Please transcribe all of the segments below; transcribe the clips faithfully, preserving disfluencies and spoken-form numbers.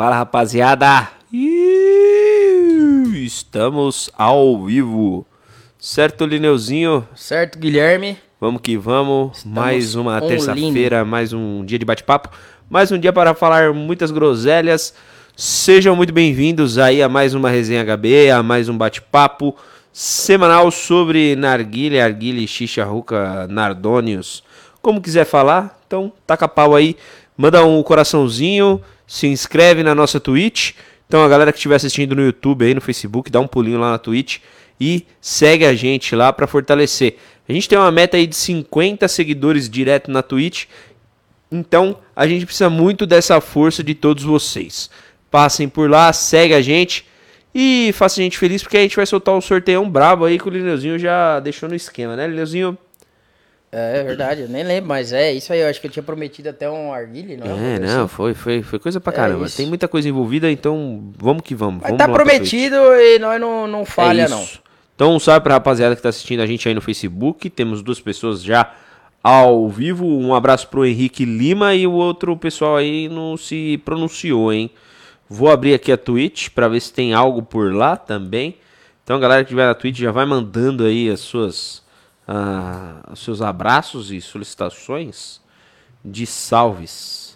Fala, rapaziada! Iiii, estamos ao vivo. Certo, Lineuzinho? Certo, Guilherme? Vamos que vamos. Estamos mais uma online. terça-feira, mais um dia de bate-papo. Mais um dia para falar muitas groselhas. Sejam muito bem-vindos aí a mais uma resenha H B, a mais um bate-papo semanal sobre narguilha, arguilha, xixa, ruca, nardônios. Como quiser falar, então taca pau aí. Manda um coraçãozinho, se inscreve na nossa Twitch. Então a galera que estiver assistindo no YouTube aí, no Facebook, dá um pulinho lá na Twitch e segue a gente lá para fortalecer. A gente tem uma meta aí de cinquenta seguidores direto na Twitch. Então a gente precisa muito dessa força de todos vocês. Passem por lá, segue a gente e faça a gente feliz, porque a gente vai soltar um sorteio brabo aí que o Lineuzinho já deixou no esquema, né, Lineuzinho? É verdade, eu nem lembro, mas é isso aí, eu acho que eu tinha prometido até um arguilha, não é? É, não, assim. foi, foi, foi coisa pra caramba. É isso. Tem muita coisa envolvida, então vamos que vamos. Mas vamos tá lá pra prometido e nós não, não frente. falha, É não. isso. Então um salve pra rapaziada que tá assistindo a gente aí no Facebook. Temos duas pessoas já ao vivo. Um abraço pro Henrique Lima e o outro pessoal aí não se pronunciou, hein? Vou abrir aqui a Twitch pra ver se tem algo por lá também. Então a galera que estiver na Twitch já vai mandando aí as suas... Ah, os seus abraços e solicitações de salves.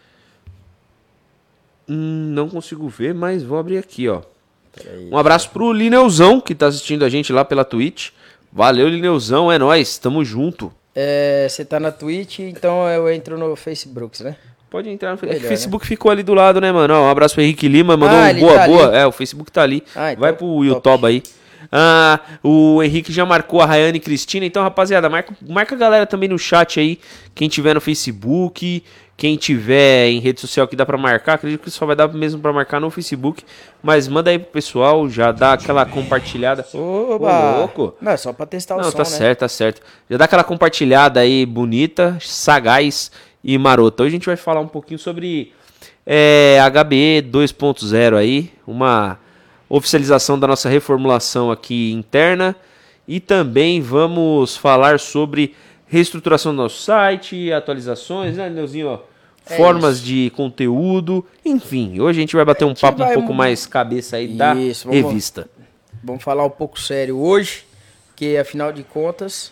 Hum, não consigo ver, mas vou abrir aqui, ó. Um abraço pro Lineuzão, que tá assistindo a gente lá pela Twitch. Valeu, Lineuzão, é nóis, tamo junto. É, você tá na Twitch, então eu entro no Facebook, né? Pode entrar no Melhor, Facebook. O Facebook ficou ali do lado, né, mano? Ó, um abraço pro Henrique Lima, mandou Ah, um ele boa, tá boa. ali. É, o Facebook tá ali. Ah, então, vai pro top. YouTube aí. Ah, o Henrique já marcou a Rayane Cristina. Então, rapaziada, marca, marca a galera também no chat aí. Quem tiver no Facebook, quem tiver em rede social que dá pra marcar. Acredito que só vai dar mesmo pra marcar no Facebook. Mas manda aí pro pessoal, já dá aquela compartilhada. Oba! Ô, louco. Não, é só pra testar o Não, som, tá né? certo, tá certo. Já dá aquela compartilhada aí bonita, sagaz e marota. Hoje a gente vai falar um pouquinho sobre é, H B E dois ponto zero aí, uma oficialização da nossa reformulação aqui interna, e também vamos falar sobre reestruturação do nosso site, atualizações, né, Neuzinho? Ó, É formas isso. de conteúdo, enfim. Hoje a gente vai bater um gente papo um vai- pouco mais cabeça aí da Isso, vamos- revista. Vamos falar um pouco sério hoje, porque afinal de contas...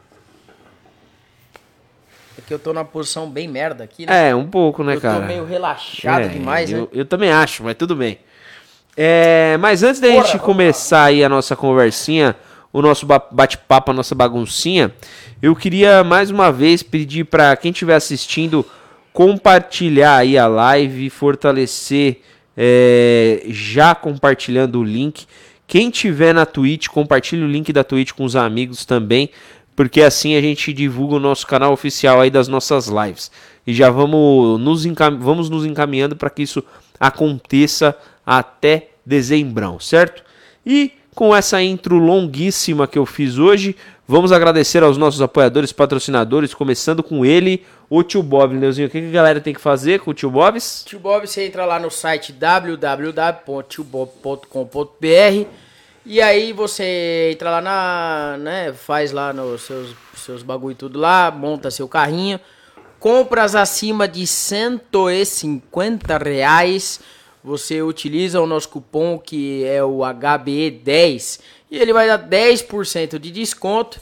É que eu tô numa posição bem merda aqui, né? É, um pouco, né, eu cara? tô meio relaxado É, demais, eu, né? eu também acho, mas tudo bem. É, mas antes da Bora, gente vamos começar aí a nossa conversinha, o nosso ba- bate-papo, a nossa baguncinha, eu queria mais uma vez pedir para quem estiver assistindo compartilhar aí a live, fortalecer é, já compartilhando o link. Quem tiver na Twitch, compartilhe o link da Twitch com os amigos também, porque assim a gente divulga o nosso canal oficial aí das nossas lives. E já vamos nos, encam- vamos nos encaminhando para que isso aconteça até dezembrão, certo? E com essa intro longuíssima que eu fiz hoje, vamos agradecer aos nossos apoiadores, patrocinadores, começando com ele, o Tio Bob. Neuzinho, o que que a galera tem que fazer com o Tio Bobs? Tio Bob, você entra lá no site w w w ponto tio bob ponto com ponto b r e aí você entra lá na, né, faz lá nos seus, seus bagulho e tudo lá, monta seu carrinho, compras acima de cento e cinquenta reais, você utiliza o nosso cupom que é o H B E dez e ele vai dar dez por cento de desconto.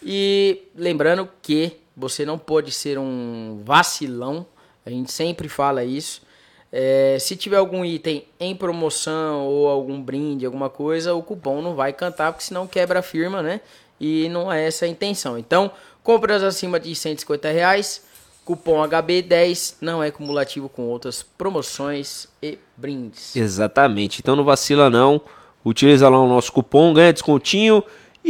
E lembrando que você não pode ser um vacilão, a gente sempre fala isso. É, se tiver algum item em promoção ou algum brinde, alguma coisa, o cupom não vai cantar, porque senão quebra a firma, né? E não é essa a intenção. Então, compras acima de cento e cinquenta reais, cupom H B dez, não é cumulativo com outras promoções e brindes. Exatamente, então não vacila não, utiliza lá o nosso cupom, ganha descontinho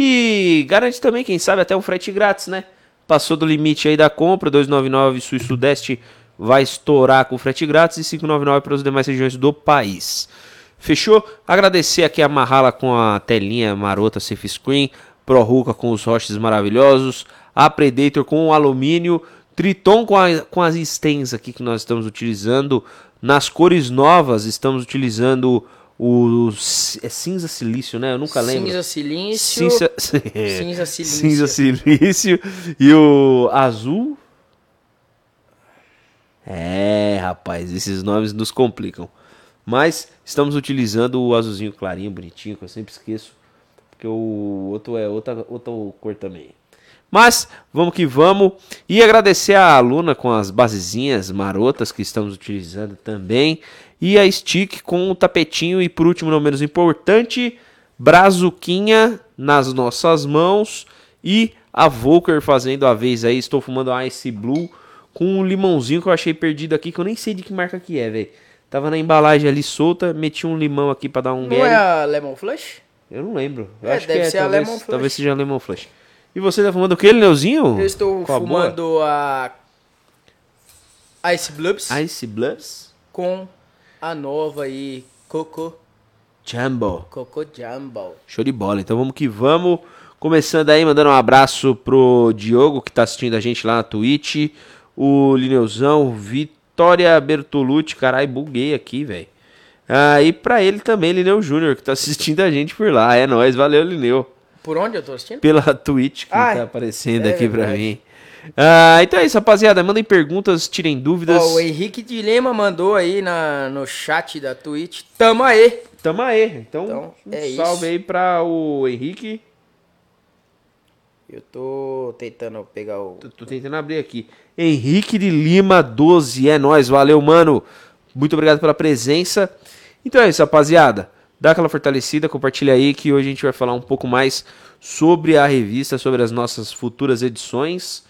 e garante também, quem sabe, até um frete grátis, né? Passou do limite aí da compra, dois reais e noventa e nove centavos Sul e Sudeste vai estourar com frete grátis e cinco reais e noventa e nove centavos para as demais regiões do país. Fechou? Agradecer aqui a Mahala com a telinha marota Safe Screen, Pro Ruka com os roches maravilhosos, a Predator com o alumínio, Triton com, a, com as stens aqui que nós estamos utilizando. Nas cores novas estamos utilizando o é cinza silício, né? Eu nunca lembro. Cinza silício. Cinza, Cinza silício. cinza silício e o azul. É, rapaz, esses nomes nos complicam. Mas estamos utilizando o azulzinho clarinho, bonitinho, que eu sempre esqueço. Porque o outro é outra, outra cor também. Mas vamos que vamos. E agradecer a aluna com as basezinhas marotas que estamos utilizando também. E a Stick com o tapetinho. E por último, não menos importante, brazuquinha nas nossas mãos. E a Volker fazendo a vez aí. Estou fumando a Ice Blue com um limãozinho que eu achei perdido aqui. Que eu nem sei de que marca que é, velho. Tava na embalagem ali solta. Meti um limão aqui pra dar um Não é a Lemon Flush? Eu não lembro. Eu É, acho deve que é, ser talvez, a Lemon Flush. Talvez seja a Lemon Flush. E você tá fumando o que, Lineuzinho? Eu estou Qual a fumando a Ice Blubs boa? Ice Bloods com a nova aí, Coco, Jumbo. Coco Jumbo. Show de bola. Então vamos que vamos. Começando aí, mandando um abraço pro Diogo, que tá assistindo a gente lá na Twitch. O Lineuzão, Vitória Bertolucci. Caralho, buguei aqui, velho. Ah, e pra ele também, Lineu Júnior, que tá assistindo a gente por lá. É nóis, valeu, Lineu. Por onde eu tô assistindo? Pela Twitch que Ah, tá aparecendo é aqui pra verdade. mim. Ah, então é isso, rapaziada. Mandem perguntas, tirem dúvidas. Ó, o Henrique de Lima mandou aí na, no chat da Twitch. Tamo aí. Tamo aí. Então, Então, um é salve isso. aí pra o Henrique. Eu tô tentando pegar o... Tô, tô tentando abrir aqui. Henrique de Lima doze. É nóis, valeu, mano. Muito obrigado pela presença. Então é isso, rapaziada. Dá aquela fortalecida, compartilha aí que hoje a gente vai falar um pouco mais sobre a revista, sobre as nossas futuras edições.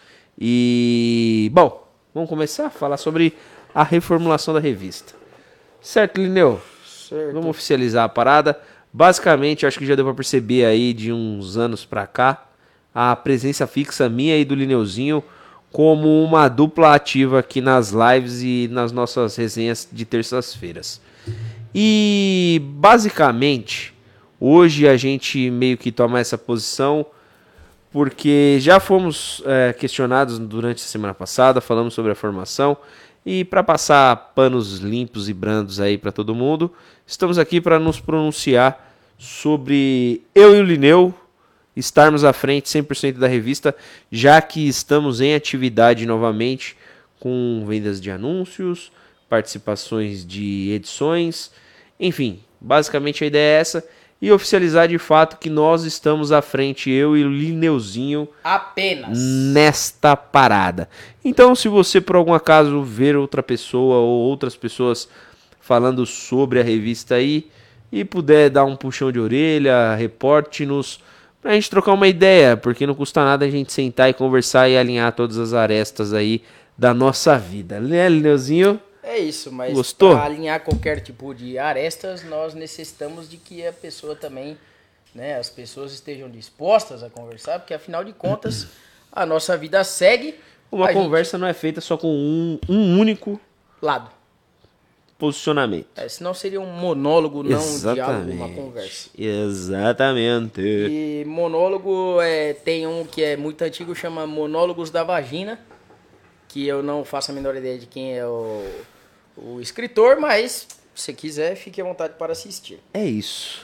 E, bom, vamos começar a falar sobre a reformulação da revista. Certo, Lineu? Certo. Vamos oficializar a parada. Basicamente, acho que já deu pra perceber aí de uns anos pra cá a presença fixa minha e do Lineuzinho como uma dupla ativa aqui nas lives e nas nossas resenhas de terças-feiras. E basicamente, hoje a gente meio que toma essa posição porque já fomos é, questionados durante a semana passada, falamos sobre a formação. E para passar panos limpos e brandos aí para todo mundo, estamos aqui para nos pronunciar sobre eu e o Lineu estarmos à frente cem por cento da revista, já que estamos em atividade novamente com vendas de anúncios, participações de edições, enfim, basicamente a ideia é essa, e oficializar de fato que nós estamos à frente, eu e o Lineuzinho, Apenas. nesta parada. Então, se você por algum acaso ver outra pessoa ou outras pessoas falando sobre a revista aí e puder dar um puxão de orelha, reporte-nos pra gente trocar uma ideia, porque não custa nada a gente sentar e conversar e alinhar todas as arestas aí da nossa vida. Né, Lineuzinho? É isso, mas Gostou? para alinhar qualquer tipo de arestas, nós necessitamos de que a pessoa também, né, as pessoas estejam dispostas a conversar, porque afinal de contas, a nossa vida segue. Uma a conversa não é feita só com um, um único gente- lado. posicionamento. É, senão seria um monólogo, não um diálogo, uma conversa. Exatamente. E monólogo é, tem um que é muito antigo, chama Monólogos da Vagina, que eu não faço a menor ideia de quem é o, o escritor, mas se quiser, fique à vontade para assistir. É isso.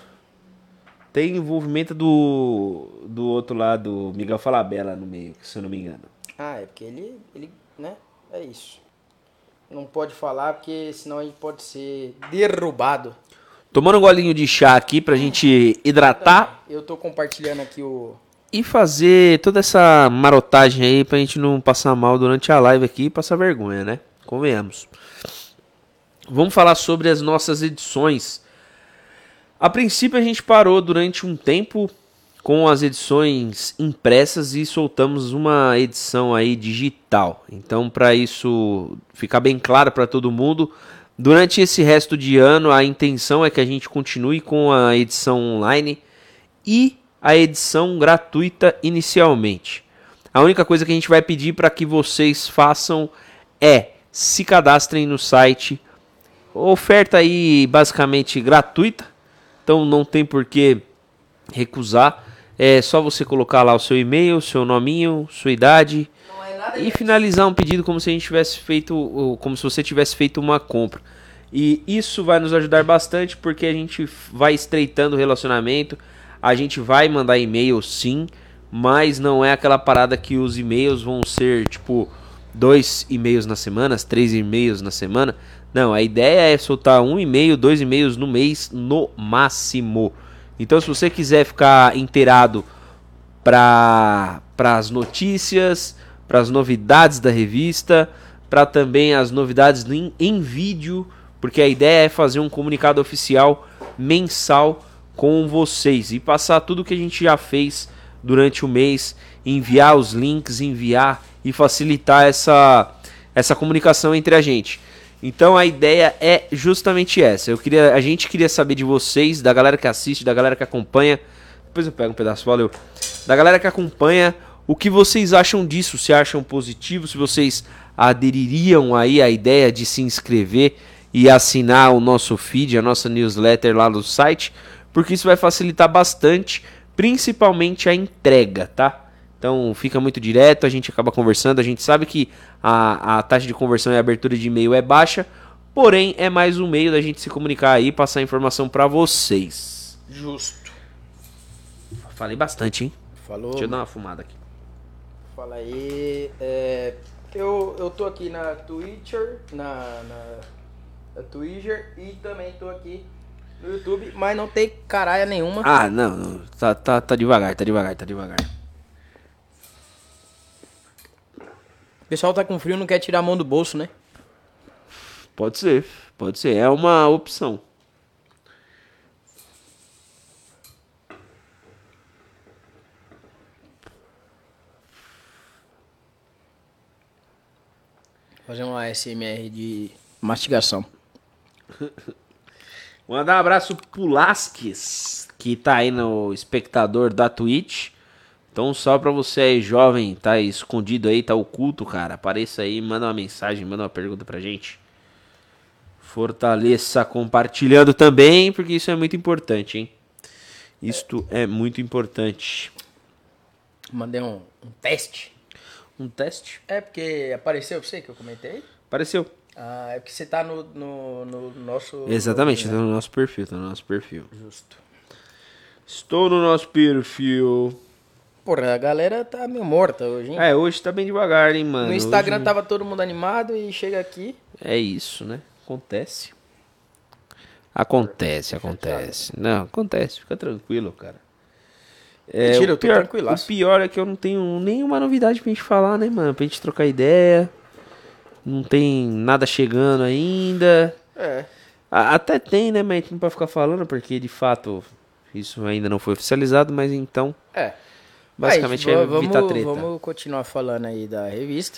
Tem envolvimento do, do outro lado, Miguel Falabella no meio, se eu não me engano. Ah, é porque ele, ele, né, é isso. Não pode falar, porque senão a gente pode ser derrubado. Tomando um golinho de chá aqui pra gente hidratar Eu tô compartilhando aqui o... e fazer toda essa marotagem aí pra gente não passar mal durante a live aqui e passar vergonha, né? Convenhamos. Vamos falar sobre as nossas edições. A princípio a gente parou durante um tempo com as edições impressas e soltamos uma edição aí digital. Então, para isso ficar bem claro para todo mundo, durante esse resto de ano a intenção é que a gente continue com a edição online e a edição gratuita inicialmente. A única coisa que a gente vai pedir para que vocês façam é se cadastrem no site. Oferta aí basicamente gratuita, então não tem por que recusar. É só você colocar lá o seu e-mail, seu nominho, sua idade Não é nada e finalizar um pedido como se a gente tivesse feito, ou como se você tivesse feito uma compra. E isso vai nos ajudar bastante porque a gente vai estreitando o relacionamento. A gente vai mandar e-mail sim, mas não é aquela parada que os e-mails vão ser tipo dois e-mails na semana, três e-mails na semana. Não, a ideia é soltar um e-mail, dois e-mails no mês no máximo. Então, se você quiser ficar inteirado para as notícias, para as novidades da revista, para também as novidades em, em vídeo, porque a ideia é fazer um comunicado oficial mensal com vocês e passar tudo que a gente já fez durante o mês, enviar os links, enviar e facilitar essa, essa comunicação entre a gente. Então a ideia é justamente essa. Eu queria, a gente queria saber de vocês, da galera que assiste, da galera que acompanha. Depois eu pego um pedaço, valeu. Da galera que acompanha, o que vocês acham disso? Se acham positivo, se vocês adeririam aí à ideia de se inscrever e assinar o nosso feed, a nossa newsletter lá no site, porque isso vai facilitar bastante, principalmente a entrega, tá? Então fica muito direto, a gente acaba conversando, a gente sabe que a, a taxa de conversão e abertura de e-mail é baixa, porém é mais um meio da gente se comunicar aí e passar informação para vocês. Justo. Falei bastante, hein? Falou. Deixa eu dar uma fumada aqui. Fala aí. É, eu, eu tô aqui na Twitter, na, na, na Twitter e também tô aqui no YouTube, mas não tem caralho nenhuma. Ah, não, não. Tá, tá, tá devagar, tá devagar, tá devagar. O pessoal tá com frio, não quer tirar a mão do bolso, né? Pode ser, pode ser. É uma opção. Fazer uma A S M R de mastigação. Mandar um abraço pro Lasques, que tá aí no espectador da Twitch. Então só pra você aí, jovem, tá escondido aí, tá oculto, cara. Apareça aí, manda uma mensagem, manda uma pergunta pra gente. Fortaleça compartilhando também, porque isso é muito importante, hein? Isto é muito importante. Mandei um, um teste. Um teste? É porque apareceu pra você que eu comentei? Apareceu. Ah, é porque você tá no, no, no nosso... Exatamente, no, tá no nosso perfil, tá no nosso perfil. Justo. Estou no nosso perfil. Porra, a galera tá meio morta hoje, hein? É, hoje tá bem devagar, hein, mano. No Instagram hoje... tava todo mundo animado e chega aqui... É isso, né? Acontece. Acontece, acontece. Não, acontece, fica tranquilo, cara. É, Mentira, o eu tô pior, tranquilaço. O pior é que eu não tenho nenhuma novidade pra gente falar, né, mano? Pra gente trocar ideia. Não tem nada chegando ainda. É. A- Até tem, né, mas não pode ficar falando, porque de fato isso ainda não foi oficializado, mas então, É. basicamente Mas, é vamos, evitar treta. Vamos continuar falando aí da revista.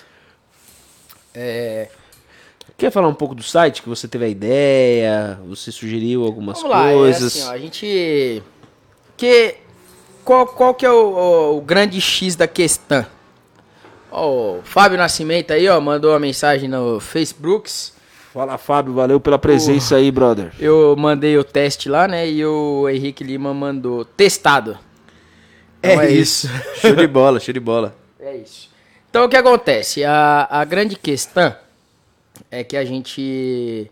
É... Quer falar um pouco do site, que você teve a ideia, você sugeriu algumas Vamos lá, coisas? é assim, ó, a gente... Que... Qual, qual que é o, o, o grande X da questão? Ó, o Fábio Nascimento aí, ó, mandou uma mensagem no Facebook. Fala, Fábio, valeu pela presença aí, brother. Eu mandei o teste lá, né? E o Henrique Lima mandou testado. Então é isso. Show de bola, show de bola. É isso. Então o que acontece? A, a grande questão é que a gente,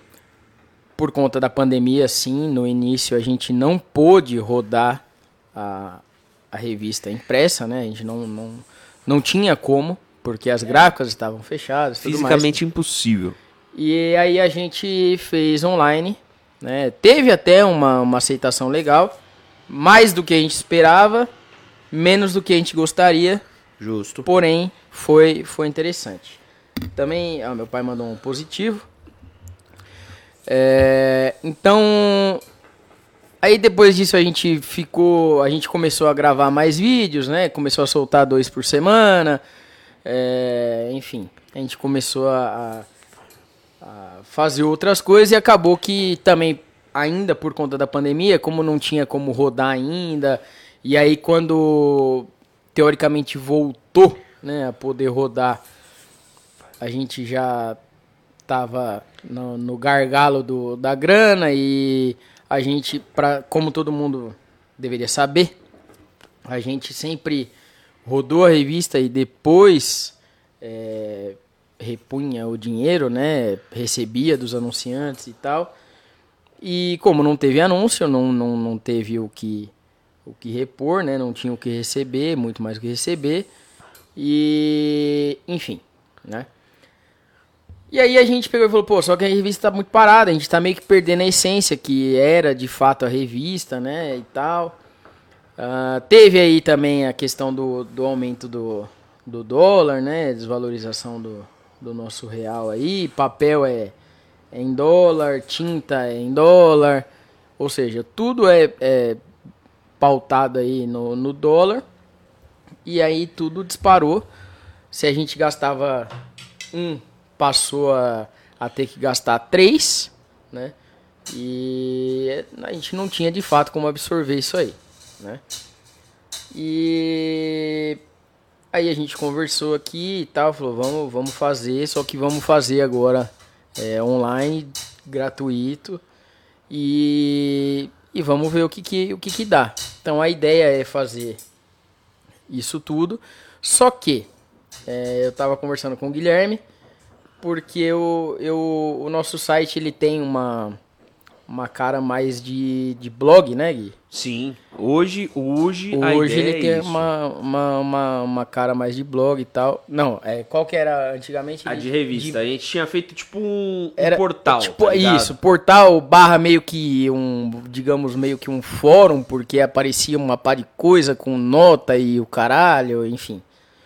por conta da pandemia, sim, no início a gente não pôde rodar a, a revista impressa, né? A gente não, não, não tinha como, porque as gráficas estavam fechadas, tudo mais. Fisicamente impossível. E aí a gente fez online, né? Teve até uma, uma aceitação legal, mais do que a gente esperava, menos do que a gente gostaria, Justo. porém foi, foi interessante. Também, ah, meu pai mandou um positivo. É, então, aí depois disso a gente ficou, a gente começou a gravar mais vídeos, né? Começou a soltar dois por semana, é, enfim, a gente começou a, a, a fazer outras coisas e acabou que também, ainda por conta da pandemia, como não tinha como rodar ainda, e aí quando teoricamente voltou, né, a poder rodar, a gente já tava no, no gargalo do, da grana e a gente, pra, como todo mundo deveria saber, a gente sempre rodou a revista e depois é, repunha o dinheiro, né, recebia dos anunciantes e tal. E como não teve anúncio, não, não, não teve o que, o que repor, né, não tinha o que receber, muito mais o que receber. E, enfim, né. E aí a gente pegou e falou, pô, só que a revista tá muito parada, a gente tá meio que perdendo a essência que era de fato a revista, né, e tal. Uh, teve aí também a questão do, do aumento do, do dólar, né, desvalorização do, do nosso real aí, papel é, é em dólar, tinta é em dólar, ou seja, tudo é, é pautado aí no, no dólar, e aí tudo disparou. Se a gente gastava um, passou a, a ter que gastar três, né? E a gente não tinha de fato como absorver isso aí, né? E aí a gente conversou aqui e tal, falou, vamos, vamos fazer, só que vamos fazer agora é, online, gratuito, e, e vamos ver o que que, o que que dá. Então a ideia é fazer isso tudo, só que é, eu estava conversando com o Guilherme, porque eu, eu, o nosso site ele tem uma, uma cara mais de, de blog, né, Gui? Sim, hoje, hoje, a Hoje ideia ele é tem isso. uma, uma, uma, uma cara mais de blog e tal. Não, é, qual que era antigamente? A Ele- de revista. A gente tinha feito tipo um, um Era portal. tipo tá ligado? isso, portal barra meio que um, digamos, meio que um fórum, porque aparecia uma pá de coisa com nota e o caralho, enfim.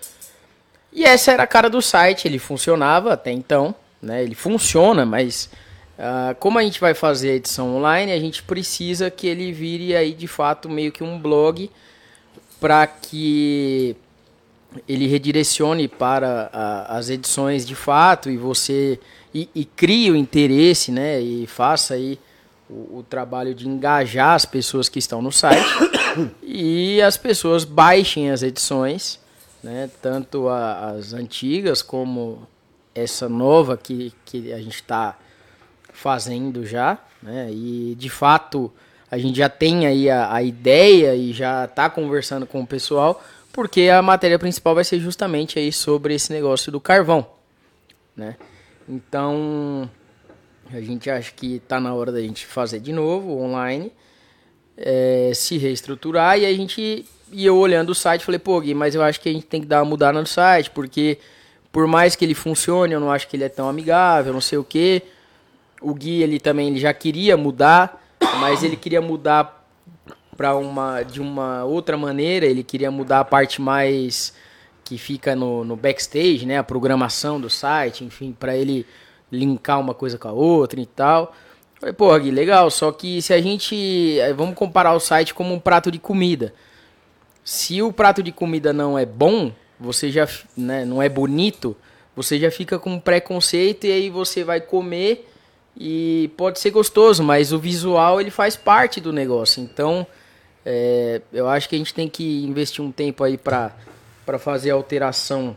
E essa era a cara do site, ele funcionava até então, né? Ele funciona, mas ah, como a gente vai fazer a edição online, a gente precisa que ele vire aí de fato meio que um blog para que ele redirecione para a- as edições de fato e você e, e crie o interesse, né? E faça aí o, o trabalho de engajar as pessoas que estão no site e as pessoas baixem as edições, né? Tanto a- as antigas como essa nova que, que a gente está fazendo já, né? E de fato a gente já tem aí a, a ideia e já está conversando com o pessoal, porque a matéria principal vai ser justamente aí sobre esse negócio do carvão, né? Então a gente acha que está na hora da gente fazer de novo online, é, se reestruturar, e a gente e eu olhando o site falei, pô, Gui, mas eu acho que a gente tem que dar uma mudada no site, porque por mais que ele funcione, eu não acho que ele é tão amigável, não sei o quê. O Gui, ele também ele já queria mudar, mas ele queria mudar para uma de uma outra maneira, ele queria mudar a parte mais que fica no, no backstage, né, a programação do site, enfim, para ele linkar uma coisa com a outra e tal. Falei, pô, Gui, legal, só que se a gente, vamos comparar o site como um prato de comida. Se o prato de comida não é bom, você já, né, não é bonito, você já fica com preconceito e aí você vai comer e pode ser gostoso, mas o visual ele faz parte do negócio. Então, é, eu acho que a gente tem que investir um tempo aí para para fazer a alteração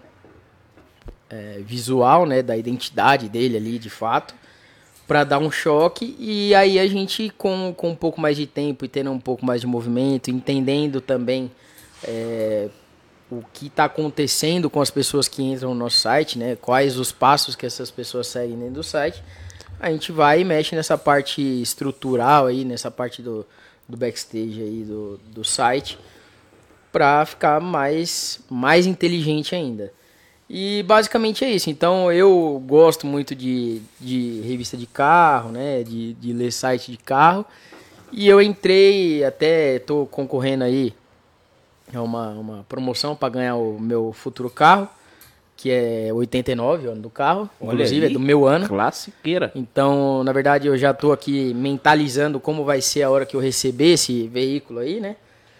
é, visual, né, da identidade dele ali, de fato, para dar um choque, e aí a gente com, com um pouco mais de tempo e tendo um pouco mais de movimento, entendendo também é, o que está acontecendo com as pessoas que entram no nosso site, né, quais os passos que essas pessoas seguem dentro do site, a gente vai e mexe nessa parte estrutural aí, nessa parte do, do backstage aí do, do site, para ficar mais, mais inteligente ainda. E basicamente é isso. Então eu gosto muito de, de revista de carro, né? De, de ler site de carro. E eu entrei, até estou concorrendo aí a uma, uma promoção para ganhar o meu futuro carro, que é oitenta e nove, o ano do carro. Olha Inclusive aí, é do meu ano. classiqueira. Então, na verdade, eu já estou aqui mentalizando como vai ser a hora que eu receber esse veículo aí, né?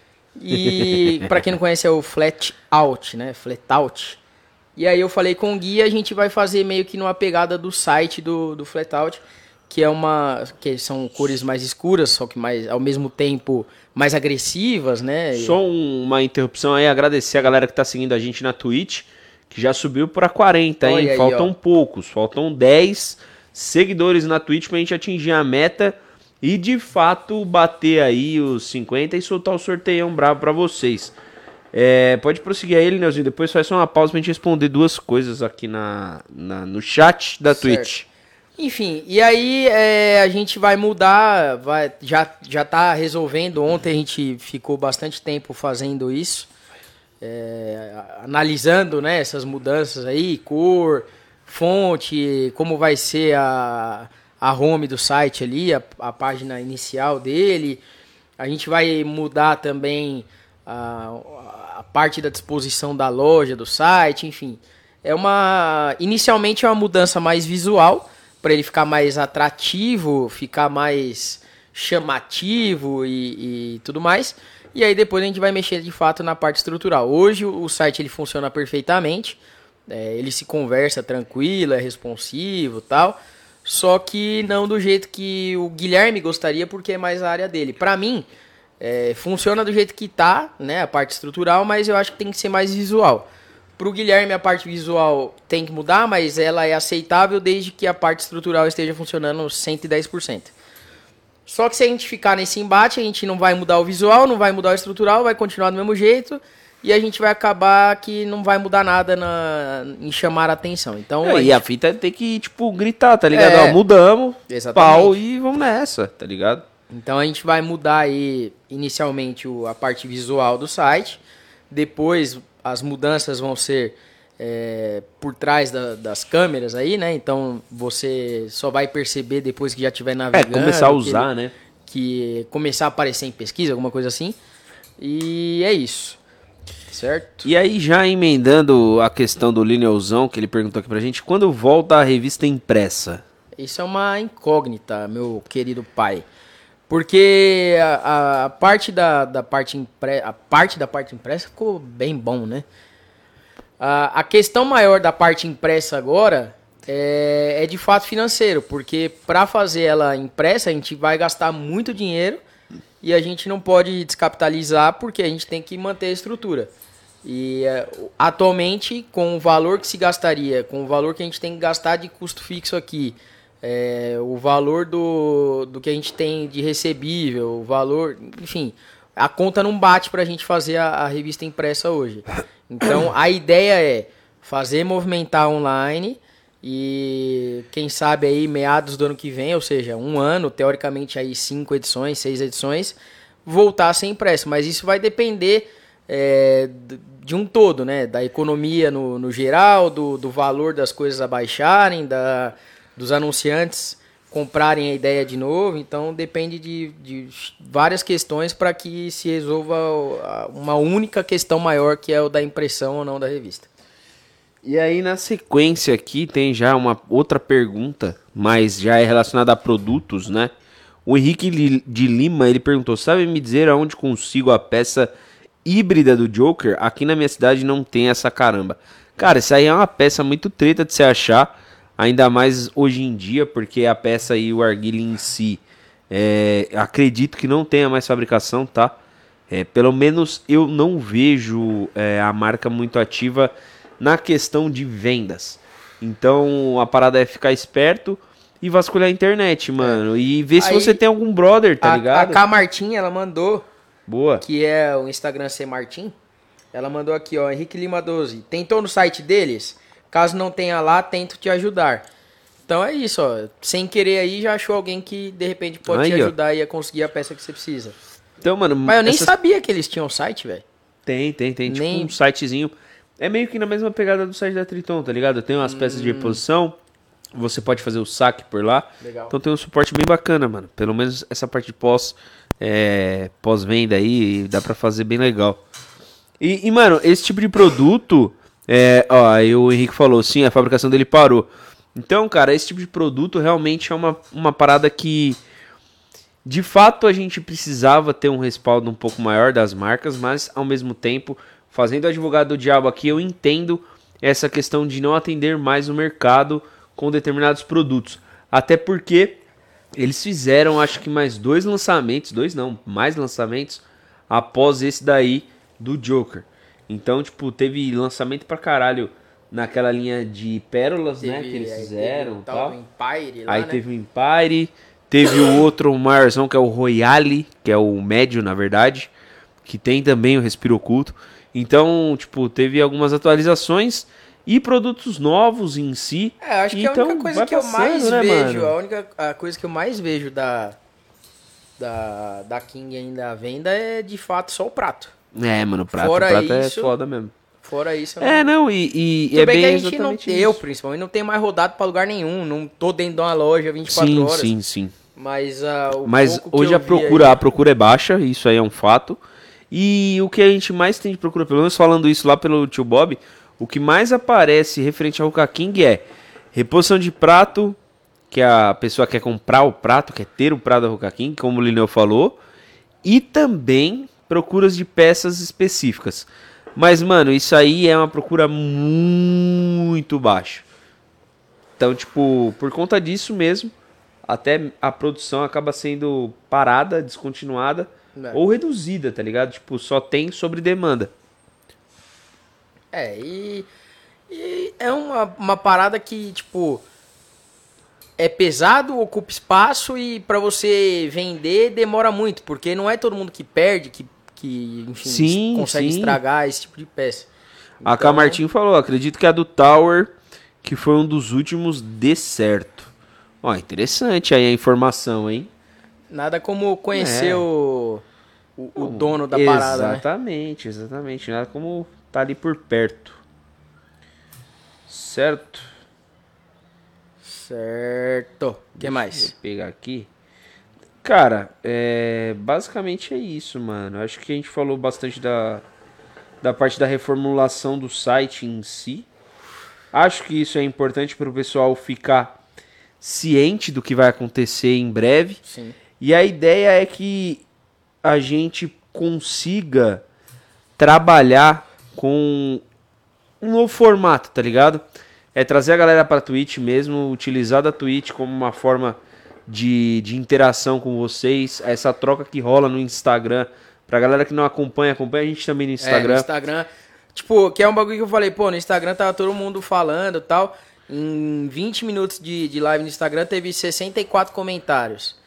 E para quem não conhece é o Flat Out, né? Flat Out. E aí eu falei com o Gui, a gente vai fazer meio que numa pegada do site do, do Flat Out, que é uma que são cores mais escuras, só que mais ao mesmo tempo mais agressivas, né? Só um- uma interrupção aí, agradecer a galera que tá seguindo a gente na Twitch, que já subiu para quarenta, hein? Olha aí, Faltam ó. poucos, faltam dez seguidores na Twitch pra gente atingir a meta e de fato bater aí os cinquenta e soltar o sorteião bravo pra vocês. É, pode prosseguir aí, Leozinho, depois faz só uma pausa pra gente responder duas coisas aqui na, na- no chat da Certo. Twitch. Enfim, e aí é, a gente vai mudar, vai, já, já tá resolvendo. Ontem a gente ficou bastante tempo fazendo isso, é, analisando, né, essas mudanças aí, cor, fonte, como vai ser a, a home do site ali, a, a página inicial dele. A gente vai mudar também a, a parte da disposição da loja, do site, enfim. É uma, inicialmente é uma mudança mais visual, para ele ficar mais atrativo, ficar mais chamativo e, e tudo mais. E aí depois a gente vai mexer de fato na parte estrutural. Hoje o site ele funciona perfeitamente, é, ele se conversa tranquilo, é responsivo e tal. Só que não do jeito que o Guilherme gostaria, porque é mais a área dele. Para mim, é, funciona do jeito que tá, né, a parte estrutural, mas eu acho que tem que ser mais visual. Pro Guilherme a parte visual tem que mudar, mas ela é aceitável desde que a parte estrutural esteja funcionando cento e dez por cento. Só que se a gente ficar nesse embate, a gente não vai mudar o visual, não vai mudar o estrutural, vai continuar do mesmo jeito e a gente vai acabar que não vai mudar nada na, em chamar a atenção. Então, É, a e gente... a fita é ter que, tipo, gritar, tá ligado? É, Ó, mudamos, exatamente. pau e vamos nessa, tá ligado? Então a gente vai mudar aí inicialmente o, a parte visual do site, depois as mudanças vão ser é, por trás da, das câmeras aí, né? Então você só vai perceber depois que já estiver É, navegando. começar a que usar, ele- né? Que começar a aparecer em pesquisa, alguma coisa assim. E é isso. Certo? E aí, já emendando a questão do Lineurzão, que ele perguntou aqui pra gente, quando volta a revista impressa? Isso é uma incógnita, meu querido pai. Porque a, a parte da, da parte impre, a parte da parte impressa ficou bem bom, né? A, a questão maior da parte impressa agora é, é de fato financeiro, porque para fazer ela impressa a gente vai gastar muito dinheiro e a gente não pode descapitalizar porque a gente tem que manter a estrutura. E é, atualmente, com o valor que se gastaria, com o valor que a gente tem que gastar de custo fixo aqui, é, o valor do, do que a gente tem de recebível, o valor, enfim, a conta não bate para a gente fazer a, a revista impressa hoje. Então, a ideia é fazer movimentar online e, quem sabe, aí meados do ano que vem, ou seja, um ano, teoricamente, aí cinco edições, seis edições, voltar a ser impresso. Mas isso vai depender é, de um todo, né? Da economia no, no geral, do, do valor das coisas abaixarem, da, dos anunciantes comprarem a ideia de novo. Então depende de, de várias questões para que se resolva uma única questão maior, que é o da impressão ou não da revista. E aí, na sequência aqui, tem já uma outra pergunta, mas já é relacionada a produtos, né? O Henrique Li- de Lima, ele perguntou, sabe me dizer aonde consigo a peça híbrida do Joker? Aqui na minha cidade não tem essa caramba. Cara, isso aí é uma peça muito treta de se achar, ainda mais hoje em dia, porque a peça aí, o arguile em si, é, acredito que não tenha mais fabricação, tá? É, pelo menos eu não vejo é, a marca muito ativa na questão de vendas. Então a parada é ficar esperto e vasculhar a internet, mano. É. E ver se Aí, você tem algum brother, tá a, ligado? A K Martin, ela mandou, Boa. que é o Instagram C Martin, ela mandou aqui, ó, Henrique Lima doze. Tentou no site deles? Caso não tenha lá, tento te ajudar. Então é isso, ó. Sem querer aí, já achou alguém que de repente pode aí, te ajudar e a conseguir a peça que você precisa. Então, mano, mas eu nem essas... sabia que eles tinham site, velho. Tem, tem, tem. Nem... Tipo um sitezinho. É meio que na mesma pegada do site da Triton, tá ligado? Tem umas hum. peças de reposição. Você pode fazer o saque por lá. Legal. Então tem um suporte bem bacana, mano. Pelo menos essa parte de pós, é, pós-venda aí, dá pra fazer bem legal. E, e mano, esse tipo de produto... É, ó, aí o Henrique falou, sim, a fabricação dele parou. Então, cara, esse tipo de produto realmente é uma, uma parada que... De fato, a gente precisava ter um respaldo um pouco maior das marcas, mas, ao mesmo tempo, fazendo advogado do diabo aqui, eu entendo essa questão de não atender mais o mercado com determinados produtos. Até porque eles fizeram, acho que mais dois lançamentos, dois não, mais lançamentos, após esse daí do Joker. Então, tipo, teve lançamento pra caralho naquela linha de pérolas, teve, né, que eles fizeram e tal. Empire lá, aí né? teve o Empire, teve o outro maiorzão que é o Royale, que é o médio, na verdade, que tem também o Respiro Oculto. Então, tipo, teve algumas atualizações e produtos novos em si. É, acho que então, a única coisa que passando, eu mais né, vejo, mano? a única a coisa que eu mais vejo da, da, da King ainda à venda é de fato só o prato. É, mano, o prato, Fora o prato isso, é foda mesmo. Fora isso, eu É, não, e, e Tudo é bem bem que a gente não, exatamente eu, isso. principalmente, não tenho mais rodado pra lugar nenhum. Não tô dentro de uma loja vinte e quatro Sim, horas. sim, sim. Mas uh, o Mas pouco que hoje eu a vi procura, aí- a procura é baixa, isso aí é um fato. E o que a gente mais tem de procura, pelo menos falando isso lá pelo tio Bob, o que mais aparece referente ao Ruka King é reposição de prato, que a pessoa quer comprar o prato, quer ter o prato da Ruka King, como o Lineu falou, e também procuras de peças específicas. Mas, mano, isso aí é uma procura muito baixa. Então, tipo, por conta disso mesmo, até a produção acaba sendo parada, descontinuada É. ou reduzida, tá ligado? Tipo, só tem sobre demanda. É, e, e é uma, uma parada que, tipo, é pesado, ocupa espaço e pra você vender demora muito, porque não é todo mundo que perde, que, que enfim, Sim, consegue sim. estragar esse tipo de peça. A Então, Camartim falou, acredito que a do Tower, que foi um dos últimos, dê certo. Ó, interessante aí a informação, hein? nada como conhecer É. o, o, o dono da parada, né? Exatamente, exatamente. Nada como tá ali por perto. Certo? Certo. O que mais? Deixa eu pegar aqui. Cara, é, basicamente é isso, mano. Acho que a gente falou bastante da, da parte da reformulação do site em si. Acho que isso é importante para o pessoal ficar ciente do que vai acontecer em breve. Sim. E a ideia é que a gente consiga trabalhar com um novo formato, tá ligado? É trazer a galera pra Twitch mesmo, utilizar da Twitch como uma forma de, de interação com vocês, essa troca que rola no Instagram. Pra galera que não acompanha, acompanha a gente também no É, Instagram. no Instagram. Tipo, que é um bagulho que eu falei, pô, no Instagram tava todo mundo falando e tal. Em vinte minutos de, de live no Instagram teve sessenta e quatro comentários.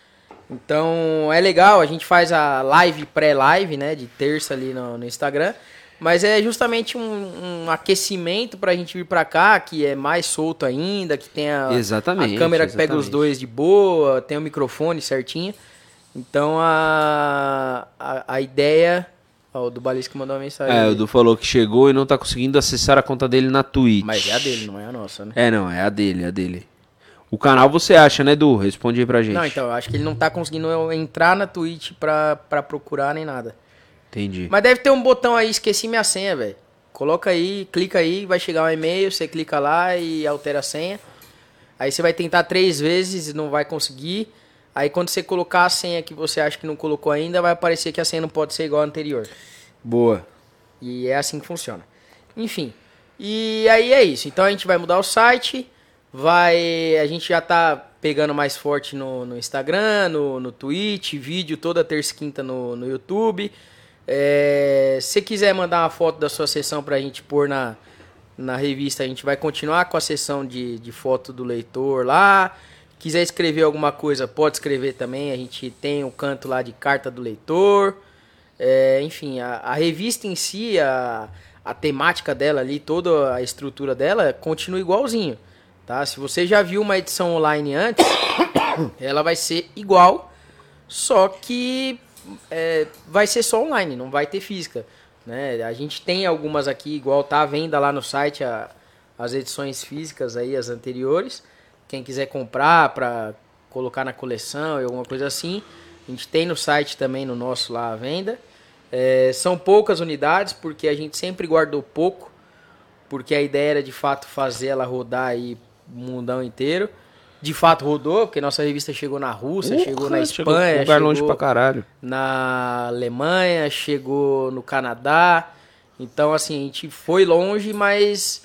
Então é legal, a gente faz a live pré-live, né, de terça ali no, no Instagram. Mas é justamente um, um aquecimento pra gente vir pra cá, que é mais solto ainda, que tem a, Exatamente, a câmera que pega os exatamente. dois de boa, tem o microfone certinho. Então a, a, a ideia... Ó, o do Balisco mandou uma mensagem. É, ali. o Du falou que chegou e não tá conseguindo acessar a conta dele na Twitch. Mas é a dele, não é a nossa, né? É, não, é a dele, é a dele. O canal você acha, né, Du? Responde aí pra gente. Não, então, eu acho que ele não tá conseguindo entrar na Twitch pra, pra procurar nem nada. Entendi. Mas deve ter um botão aí, esqueci minha senha, velho. Coloca aí, clica aí, vai chegar um e-mail, você clica lá e altera a senha. Aí você vai tentar três vezes e não vai conseguir. Aí quando você colocar a senha que você acha que não colocou ainda, vai aparecer que a senha não pode ser igual à anterior. Boa. E é assim que funciona. Enfim. E aí é isso. Então a gente vai mudar o site. Vai. A gente já tá pegando mais forte no, no Instagram, no, no Twitch, vídeo toda terça e quinta no, no YouTube. É, se quiser mandar uma foto da sua sessão pra gente pôr na, na revista, a gente vai continuar com a sessão de, de foto do leitor lá. Quiser escrever alguma coisa, pode escrever também. A gente tem o canto lá de carta do leitor. É, enfim, a, a revista em si, a, a temática dela ali, toda a estrutura dela, continua igualzinho. Tá? Se você já viu uma edição online antes, ela vai ser igual, só que é, vai ser só online, não vai ter física. Né? A gente tem algumas aqui, igual tá à venda lá no site, a, as edições físicas aí, as anteriores. Quem quiser comprar para colocar na coleção ou alguma coisa assim, a gente tem no site também, no nosso lá à venda. É, são poucas unidades, porque a gente sempre guardou pouco, porque a ideia era de fato fazer ela rodar aí o mundão inteiro. De fato rodou, porque nossa revista chegou na Rússia, Urra, chegou na chegou Espanha, um lugar chegou longe pra caralho. na Alemanha, chegou no Canadá. Então assim, a gente foi longe, mas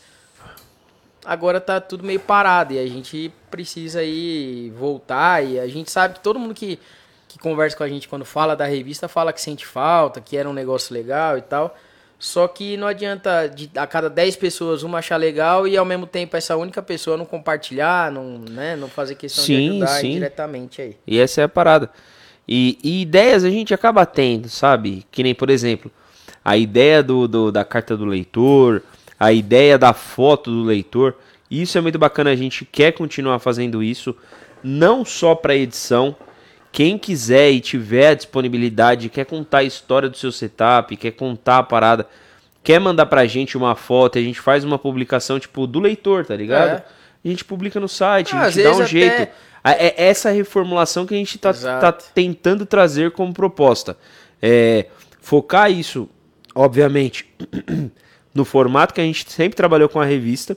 agora tá tudo meio parado e a gente precisa aí voltar. E a gente sabe que todo mundo que, que conversa com a gente quando fala da revista fala que sente falta, que era um negócio legal e tal. Só que não adianta de, a cada dez pessoas uma achar legal e ao mesmo tempo essa única pessoa não compartilhar, não, né, não fazer questão Sim, de ajudar sim. indiretamente aí. E essa é a parada. E, e ideias a gente acaba tendo, sabe? Que nem, por exemplo, a ideia do, do, da carta do leitor, a ideia da foto do leitor. Isso é muito bacana, a gente quer continuar fazendo isso, não só para edição. Quem quiser e tiver a disponibilidade, quer contar a história do seu setup, quer contar a parada, quer mandar pra gente uma foto, a gente faz uma publicação, tipo, do leitor, tá ligado? É. A gente publica no site, Ah, a às gente dá um vezes jeito. até- É é essa reformulação que a gente tá, Exato. tá tentando trazer como proposta. É, focar isso, obviamente, no formato que a gente sempre trabalhou com a revista,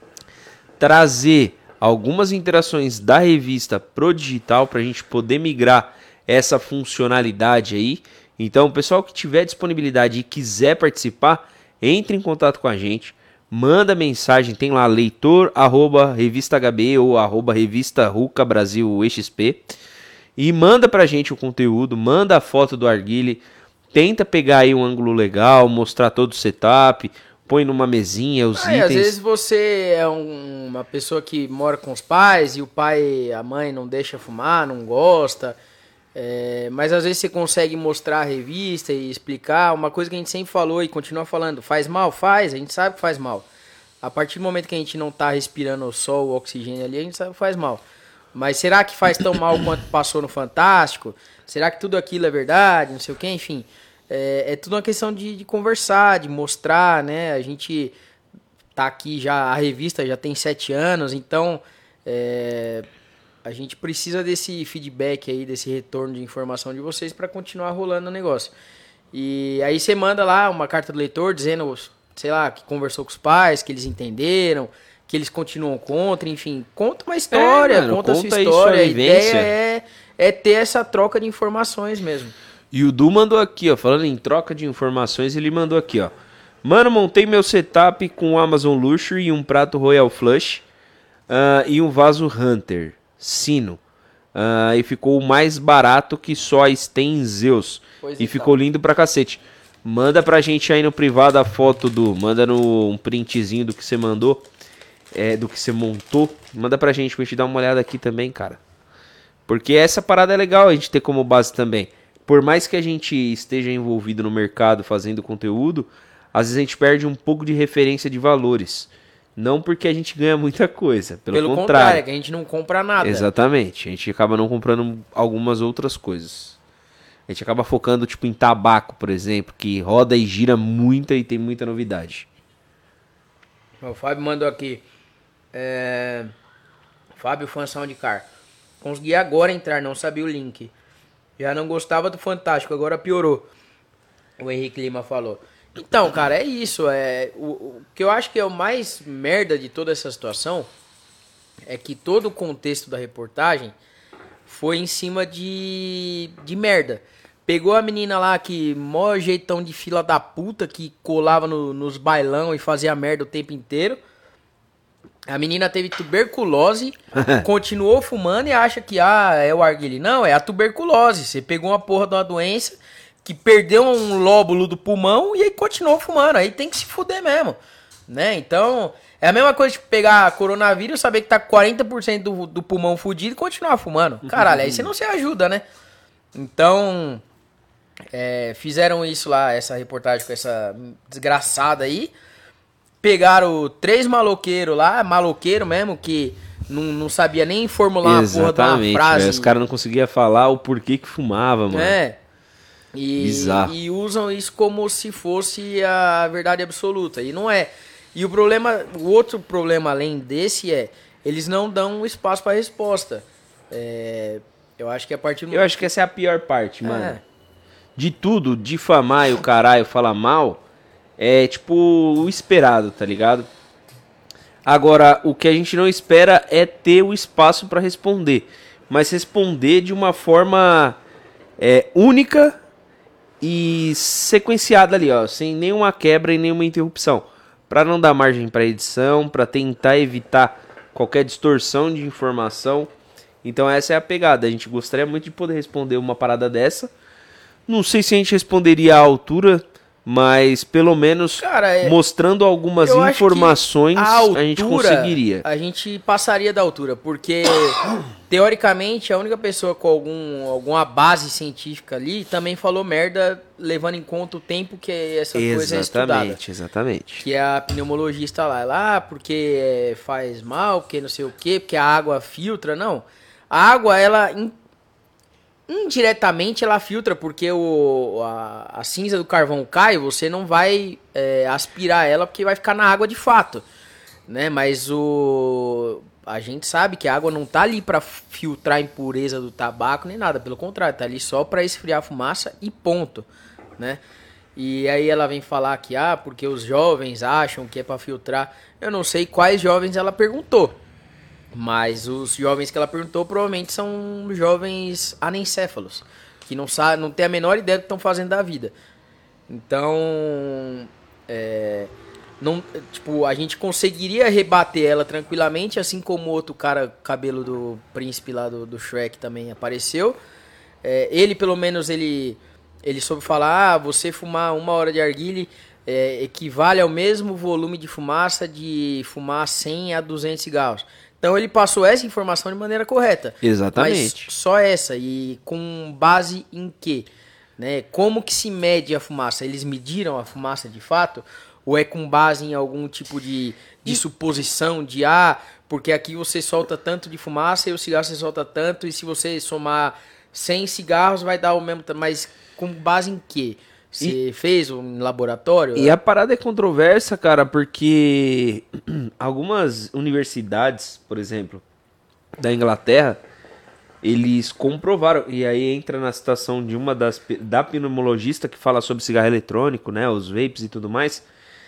trazer algumas interações da revista pro digital para a gente poder migrar essa funcionalidade aí. Então, o pessoal que tiver disponibilidade e quiser participar, entre em contato com a gente, manda mensagem, tem lá leitor arroba revista H B ou arroba revista Ruca Brasil X P e manda pra gente o conteúdo, manda a foto do arguile, tenta pegar aí um ângulo legal, mostrar todo o setup, põe numa mesinha os Ah, e itens. às vezes você é um- uma pessoa que mora com os pais e o pai, a mãe não deixa fumar, não gosta. É, mas às vezes você consegue mostrar a revista e explicar uma coisa que a gente sempre falou e continua falando. Faz mal? Faz, a gente sabe que faz mal. A partir do momento que a gente não tá respirando só o oxigênio ali, a gente sabe que faz mal. Mas será que faz tão mal quanto passou no Fantástico? Será que tudo aquilo é verdade? Não sei o que, enfim. É, é tudo uma questão de, de conversar, de mostrar, né? A gente tá aqui já, a revista já tem sete anos, então é, a gente precisa desse feedback aí, desse retorno de informação de vocês para continuar rolando o negócio. E aí você manda lá uma carta do leitor dizendo, sei lá, que conversou com os pais, que eles entenderam, que eles continuam contra, enfim, conta uma história, É, mano, conta a sua conta aí história. sua A vivência. ideia é, é ter essa troca de informações mesmo. E o Du mandou aqui, ó, falando em troca de informações, ele mandou aqui, ó. Mano, montei meu setup com o Amazon Luxury e um prato Royal Flush ah, e um vaso Hunter, sino. Ah, e ficou mais barato que só a Sten Zeus. Pois e então. ficou lindo pra cacete. Manda pra gente aí no privado a foto do... Manda no um printzinho do que você mandou, é, do que você montou. Manda pra gente, pra gente dar uma olhada aqui também, cara. Porque essa parada é legal a gente ter como base também. Por mais que a gente esteja envolvido no mercado fazendo conteúdo, às vezes a gente perde um pouco de referência de valores. Não porque a gente ganha muita coisa, pelo, Pelo contrário, contrário. é que a gente não compra nada. Exatamente, a gente acaba não comprando algumas outras coisas. A gente acaba focando tipo em tabaco, por exemplo, que roda e gira muita e tem muita novidade. O Fábio mandou aqui. É... Fábio Fan Soundcar. Consegui agora entrar, não sabia o link. Já não gostava do Fantástico, agora piorou. O Henrique Lima falou. Então, cara, é isso. É, o, o que eu acho que é o mais merda de toda essa situação é que todo o contexto da reportagem foi em cima de, de merda. Pegou a menina lá que, mó jeitão de fila da puta, que colava no- nos bailão e fazia merda o tempo inteiro. A menina teve tuberculose, continuou fumando e acha que ah, é o arguile. Não, é a tuberculose. Você pegou uma porra de uma doença que perdeu um lóbulo do pulmão e aí continuou fumando. Aí tem que se fuder mesmo, né? Então, é a mesma coisa de pegar coronavírus, saber que tá com quarenta por cento do, do pulmão fudido e continuar fumando. Caralho, aí você não se ajuda, né? Então, é, fizeram isso lá, essa reportagem com essa desgraçada aí. Pegaram três maloqueiros lá, maloqueiro mesmo, que não, não sabia nem formular uma porra de uma Exatamente, frase. velho, os caras não conseguiam falar o porquê que fumava, mano. É. E, Bizarro. e usam isso como se fosse a verdade absoluta. E não é. E o problema, o outro problema além desse é, eles não dão espaço para resposta. É, eu acho que a partir do Eu acho que essa é a pior parte, mano. É. De tudo, difamar e o caralho falar mal, é tipo o esperado, tá ligado? Agora, o que a gente não espera é ter o espaço pra responder. Mas responder de uma forma é, única e sequenciada ali, ó. Sem nenhuma quebra e nenhuma interrupção. Pra não dar margem pra edição, pra tentar evitar qualquer distorção de informação. Então essa é a pegada. A gente gostaria muito de poder responder uma parada dessa. Não sei se a gente responderia à altura, mas pelo menos Cara, é- mostrando algumas eu acho que informações a, a, gente altura, conseguiria. A gente passaria da altura, porque teoricamente a única pessoa com algum, alguma base científica ali também falou merda, levando em conta o tempo que essa coisa é estudada. Exatamente, exatamente. Que é a pneumologista lá, lá porque é, faz mal, porque não sei o quê, porque a água filtra. Não. A água, ela, in- indiretamente ela filtra, porque o, a, a cinza do carvão cai, você não vai é, aspirar ela, porque vai ficar na água de fato, né? Mas o, a gente sabe que a água não tá ali para filtrar a impureza do tabaco nem nada, pelo contrário, tá ali só para esfriar a fumaça e ponto, né? E aí ela vem falar que, ah, porque os jovens acham que é para filtrar. Eu não sei quais jovens ela perguntou. Mas os jovens que ela perguntou provavelmente são jovens anencéfalos, que não sabe, não tem a menor ideia do que estão fazendo da vida. Então, é, não, tipo, a gente conseguiria rebater ela tranquilamente, assim como o outro cara, cabelo do príncipe lá do, do Shrek também apareceu. É, ele, pelo menos, ele, ele soube falar, ah, você fumar uma hora de arguile é, equivale ao mesmo volume de fumaça de fumar cem a duzentos cigarros. Então ele passou essa informação de maneira correta. Exatamente. Mas só essa. E com base em quê? Né? Como que se mede a fumaça? Eles mediram a fumaça de fato? Ou é com base em algum tipo de, de suposição de, ah, porque aqui você solta tanto de fumaça e o cigarro você solta tanto, e se você somar cem cigarros vai dar o mesmo... Mas com base em quê? Você e, fez um laboratório? E né? a parada é controversa, cara, porque algumas universidades, por exemplo, da Inglaterra, eles comprovaram, e aí entra na citação de uma das, da pneumologista que fala sobre cigarro eletrônico, né, os vapes e tudo mais,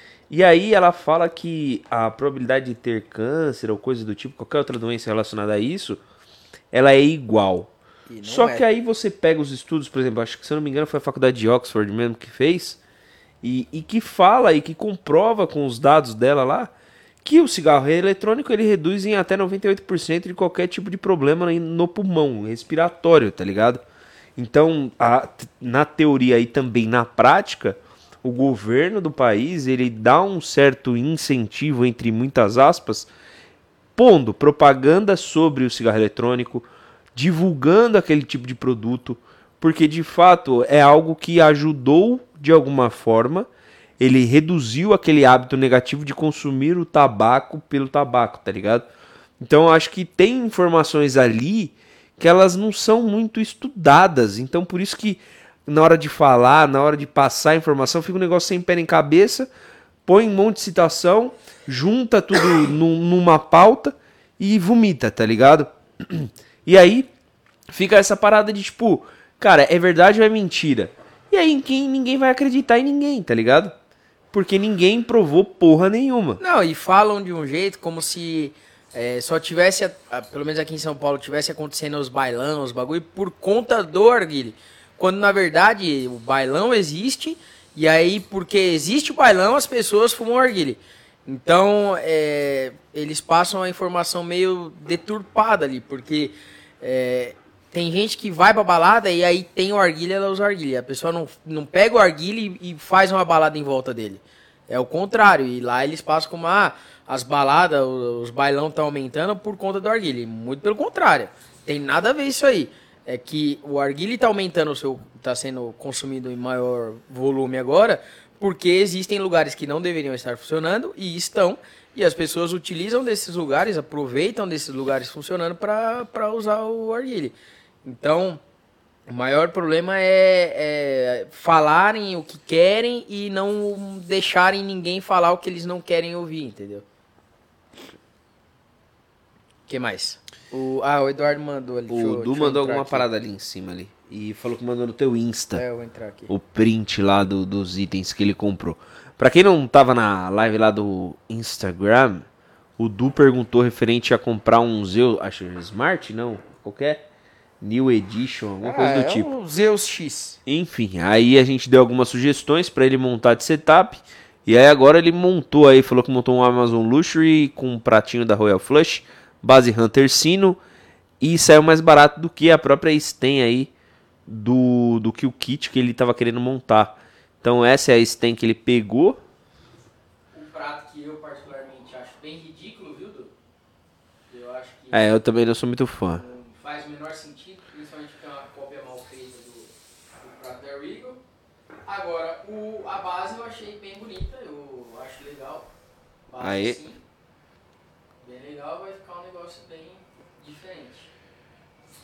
e aí ela fala que a probabilidade de ter câncer ou coisa do tipo, qualquer outra doença relacionada a isso, ela é igual. Só é. que aí você pega os estudos, por exemplo, acho que se eu não me engano foi a faculdade de Oxford mesmo que fez, e, e que fala e que comprova com os dados dela lá, que o cigarro eletrônico ele reduz em até noventa e oito por cento de qualquer tipo de problema no pulmão, respiratório, tá ligado? Então, a, na teoria e também na prática, o governo do país, ele dá um certo incentivo, entre muitas aspas, pondo propaganda sobre o cigarro eletrônico, divulgando aquele tipo de produto, porque de fato é algo que ajudou de alguma forma, ele reduziu aquele hábito negativo de consumir o tabaco pelo tabaco, tá ligado? Então eu acho que tem informações ali que elas não são muito estudadas, então por isso que na hora de falar, na hora de passar a informação, fica um negócio sem pé nem cabeça, põe um monte de citação, junta tudo numa pauta e vomita, tá ligado? E aí, fica essa parada de tipo, cara, é verdade ou é mentira? E aí quem, ninguém vai acreditar em ninguém, tá ligado? Porque ninguém provou porra nenhuma. Não, e falam de um jeito como se é, só tivesse, pelo menos aqui em São Paulo, tivesse acontecendo os bailão, os bagulho, por conta do arguile. Quando na verdade o bailão existe, e aí porque existe o bailão, as pessoas fumam arguile. Então, é, eles passam a informação meio deturpada ali, porque é, tem gente que vai pra balada e aí tem o arguile, ela usa o arguile. A pessoa não, não pega o arguile e faz uma balada em volta dele. É o contrário, e lá eles passam como, ah, as baladas, os, os bailão estão aumentando por conta do arguile. Muito pelo contrário, tem nada a ver isso aí. É que o arguile tá aumentando, o seu, tá sendo consumido em maior volume agora, porque existem lugares que não deveriam estar funcionando e estão, e as pessoas utilizam desses lugares, aproveitam desses lugares funcionando para usar o arguile. Então, o maior problema é, é falarem o que querem e não deixarem ninguém falar o que eles não querem ouvir, entendeu? O que mais? O, ah, o Eduardo mandou ali. O Du mandou alguma aqui. Parada ali em cima ali. E falou que mandou no teu Insta. É, eu vou entrar aqui. O print lá do, dos itens que ele comprou. Pra quem não tava na live lá do Instagram, o Du perguntou referente a comprar um Zeus, acho Smart, não, qualquer New Edition, alguma ah, coisa do é tipo. Um Zeus X. Enfim, aí a gente deu algumas sugestões pra ele montar de setup. E aí agora ele montou aí, falou que montou um Amazon Luxury com um pratinho da Royal Flush, base Hunter Sino, e saiu mais barato do que a própria Sten aí, do, do que o kit que ele estava querendo montar. Então essa é a Sten que ele pegou. Um prato que eu particularmente acho bem ridículo, viu, Du? Eu acho que... É, eu também não sou muito fã. Não faz o menor sentido, principalmente porque é uma cópia mal feita do, do prato da Regal. Agora, o, a base eu achei bem bonita, eu acho legal. Base aí. Sim. Bem legal, vai ficar um negócio bem diferente.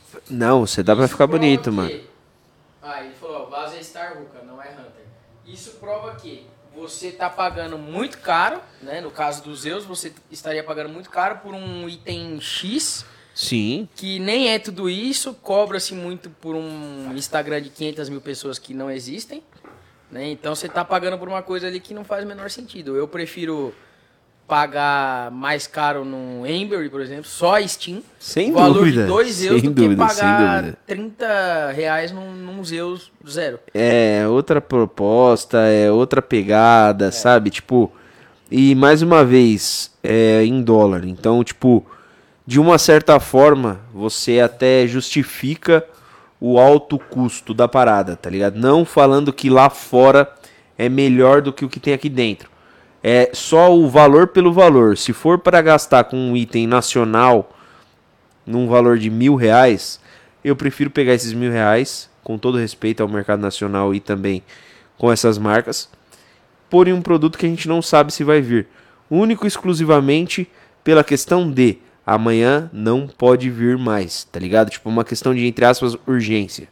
Não, você dá pra Isso ficar prova bonito, que- mano. Ah, ele falou, ó, vaso é Star Ruka, não é Hunter. Isso prova que você tá pagando muito caro, né? No caso dos Zeus, você estaria pagando muito caro por um item X, Sim. que nem é tudo isso, cobra-se muito por um Instagram de quinhentas mil pessoas que não existem, né? Então você tá pagando por uma coisa ali que não faz o menor sentido. Eu prefiro pagar mais caro no Ember, por exemplo, só a Steam, Sem o valor dúvida, de dois sem euros do dúvida, que sem pagar dúvida. trinta reais num, num Zeus zero. É outra proposta, é outra pegada, sabe? Tipo, e mais uma vez, é em dólar. Então, tipo, de uma certa forma, você até justifica o alto custo da parada, tá ligado? Não falando que lá fora é melhor do que o que tem aqui dentro. É só o valor pelo valor. Se for para gastar com um item nacional num valor de mil reais, eu prefiro pegar esses mil reais, com todo respeito ao mercado nacional e também com essas marcas, por um produto que a gente não sabe se vai vir. Único e exclusivamente pela questão de amanhã não pode vir mais, tá ligado? Tipo, uma questão de, entre aspas, urgência.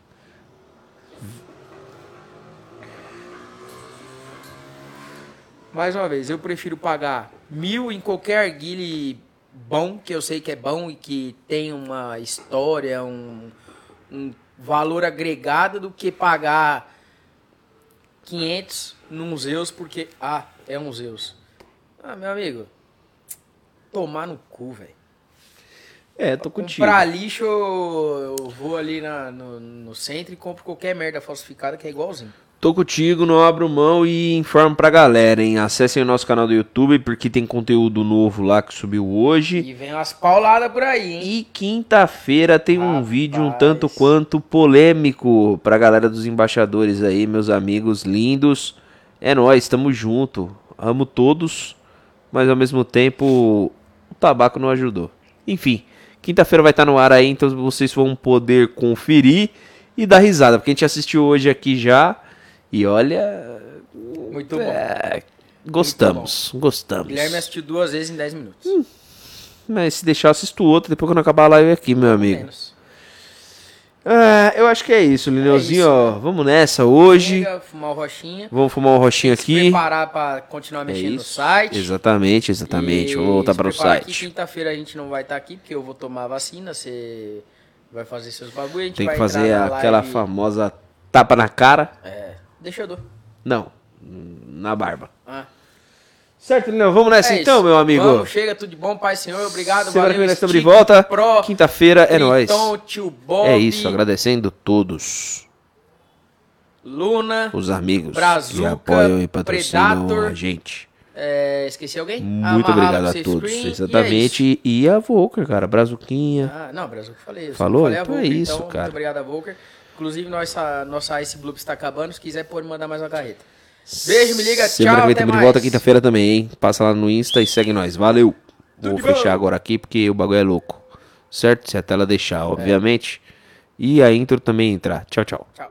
Mais uma vez, eu prefiro pagar mil em qualquer arguile bom, que eu sei que é bom e que tem uma história, um, um valor agregado, do que pagar quinhentos num Zeus porque, ah, é um Zeus. Ah, meu amigo, tomar no cu, velho. É, tô contigo. Comprar lixo, eu vou ali na, no, no centro e compro qualquer merda falsificada que é igualzinho. Tô contigo, não abro mão e informo pra galera, hein? Acessem o nosso canal do YouTube, porque tem conteúdo novo lá que subiu hoje. E vem umas pauladas por aí, hein? E quinta-feira tem um Rapaz. vídeo um tanto quanto polêmico pra galera dos embaixadores aí, meus amigos lindos. É nóis, tamo junto. Amo todos, mas ao mesmo tempo o tabaco não ajudou. Enfim, quinta-feira vai estar no ar aí, então vocês vão poder conferir e dar risada, porque a gente assistiu hoje aqui já. E olha, Muito bom. é, gostamos, gostamos. Guilherme assistiu duas vezes em dez minutos. Hum, Mas se deixar, eu assisto outro depois que eu acabar a live aqui, meu amigo. Menos. Ah, eu acho que é isso, Lineuzinho, isso, ó. Vamos nessa hoje. Chega, fumar o rochinha. Vamos fumar um roxinho Se aqui. preparar pra continuar É mexendo no isso. site. Exatamente, exatamente. E Vamos voltar se para o preparar que site. Quinta-feira a gente não vai estar aqui, porque eu vou tomar a vacina. Você vai fazer seus bagulho. A gente Tem que vai fazer entrar na aquela live. famosa tapa na cara. É, deixa eu dar. Não, na barba. Ah. Certo, Lineu? Vamos nessa É então, isso. meu amigo. Vamos, chega, tudo de bom, Pai Senhor. Obrigado, Semana que valeu. vem nós estamos de Stick volta. Pro, Quinta-feira é nóis. Triton, Tio Bob, É isso, agradecendo todos Luna, os amigos que Brazuca, apoiam e patrocinam Predator. a gente. é, esqueci alguém? Muito Amarrado obrigado a Safe todos. Screen, Exatamente. E, a Volker, cara. Brazuquinha. Ah, não, Brasil, que falei. Eu Falou? Falei a Então é Volker, isso, então, cara. Muito obrigado a Volker. Inclusive, nossa, nossa Ice Bloop está acabando. Se quiser, pode mandar mais uma carreta. Beijo, me liga, Semana tchau, que vem até tamo de mais. volta quinta-feira também, hein? Passa lá no Insta e segue nós. Valeu. Vou de fechar bom. agora aqui porque o bagulho é louco. Certo? Se a tela deixar, obviamente. E a intro também entrar. Tchau, tchau. Tchau.